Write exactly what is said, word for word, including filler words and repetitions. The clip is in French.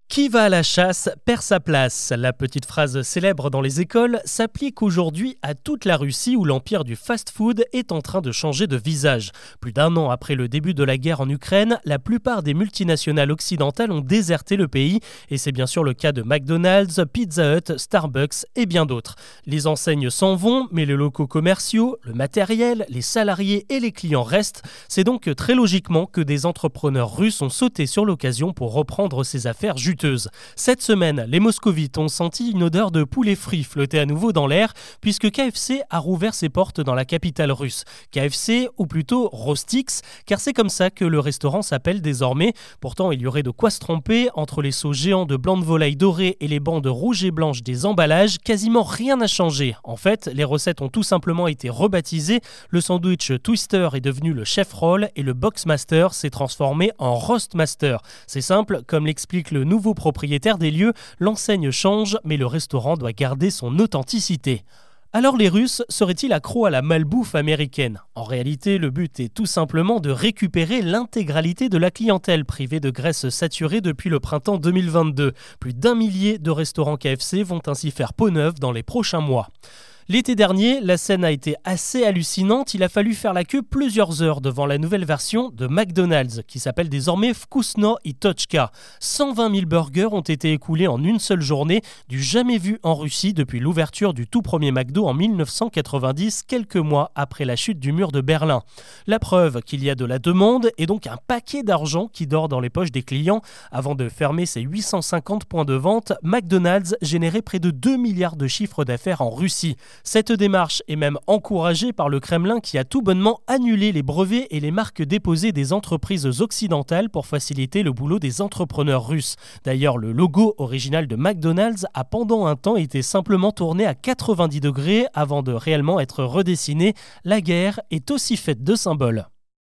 Qui va à la chasse perd sa place. La petite phrase célèbre dans les écoles s'applique aujourd'hui à toute la Russie où l'empire du fast-food est en train de changer de visage. Plus d'un an après le début de la guerre en Ukraine, la plupart des multinationales occidentales ont déserté le pays et c'est bien sûr le cas de McDonald's, Pizza Hut, Starbucks et bien d'autres. Les enseignes s'en vont, mais les locaux commerciaux, le matériel, les salariés et les clients restent. C'est donc très logiquement que des entrepreneurs russes ont sauté sur l'occasion pour reprendre ces affaires juteuses. Cette semaine, les moscovites ont senti une odeur de poulet frit flotter à nouveau dans l'air puisque K F C a rouvert ses portes dans la capitale russe. K F C, ou plutôt Rostix, car c'est comme ça que le restaurant s'appelle désormais. Pourtant, il y aurait de quoi se tromper. Entre les seaux géants de blanc de volaille doré et les bandes rouges et blanches des emballages, quasiment rien n'a changé. En fait, les recettes ont tout simplement été rebaptisées. Le sandwich Twister est devenu le chef roll et le Boxmaster s'est transformé en Roastmaster. C'est simple, comme l'explique le nouveau propriétaire des lieux, l'enseigne change, mais le restaurant doit garder son authenticité. Alors les Russes seraient-ils accros à la malbouffe américaine ? En réalité, le but est tout simplement de récupérer l'intégralité de la clientèle privée de graisse saturée depuis le printemps deux mille vingt-deux. Plus d'un millier de restaurants K F C vont ainsi faire peau neuve dans les prochains mois. L'été dernier, la scène a été assez hallucinante. Il a fallu faire la queue plusieurs heures devant la nouvelle version de McDonald's, qui s'appelle désormais Vkusno i Tochka. cent vingt mille burgers ont été écoulés en une seule journée, du jamais vu en Russie depuis l'ouverture du tout premier McDo en mille neuf cent quatre-vingt-dix, quelques mois après la chute du mur de Berlin. La preuve qu'il y a de la demande et donc un paquet d'argent qui dort dans les poches des clients. Avant de fermer ses huit cent cinquante points de vente, McDonald's générait près de deux milliards de chiffres d'affaires en Russie. Cette démarche est même encouragée par le Kremlin qui a tout bonnement annulé les brevets et les marques déposées des entreprises occidentales pour faciliter le boulot des entrepreneurs russes. D'ailleurs, le logo original de McDonald's a pendant un temps été simplement tourné à quatre-vingt-dix degrés avant de réellement être redessiné. La guerre est aussi faite de symboles.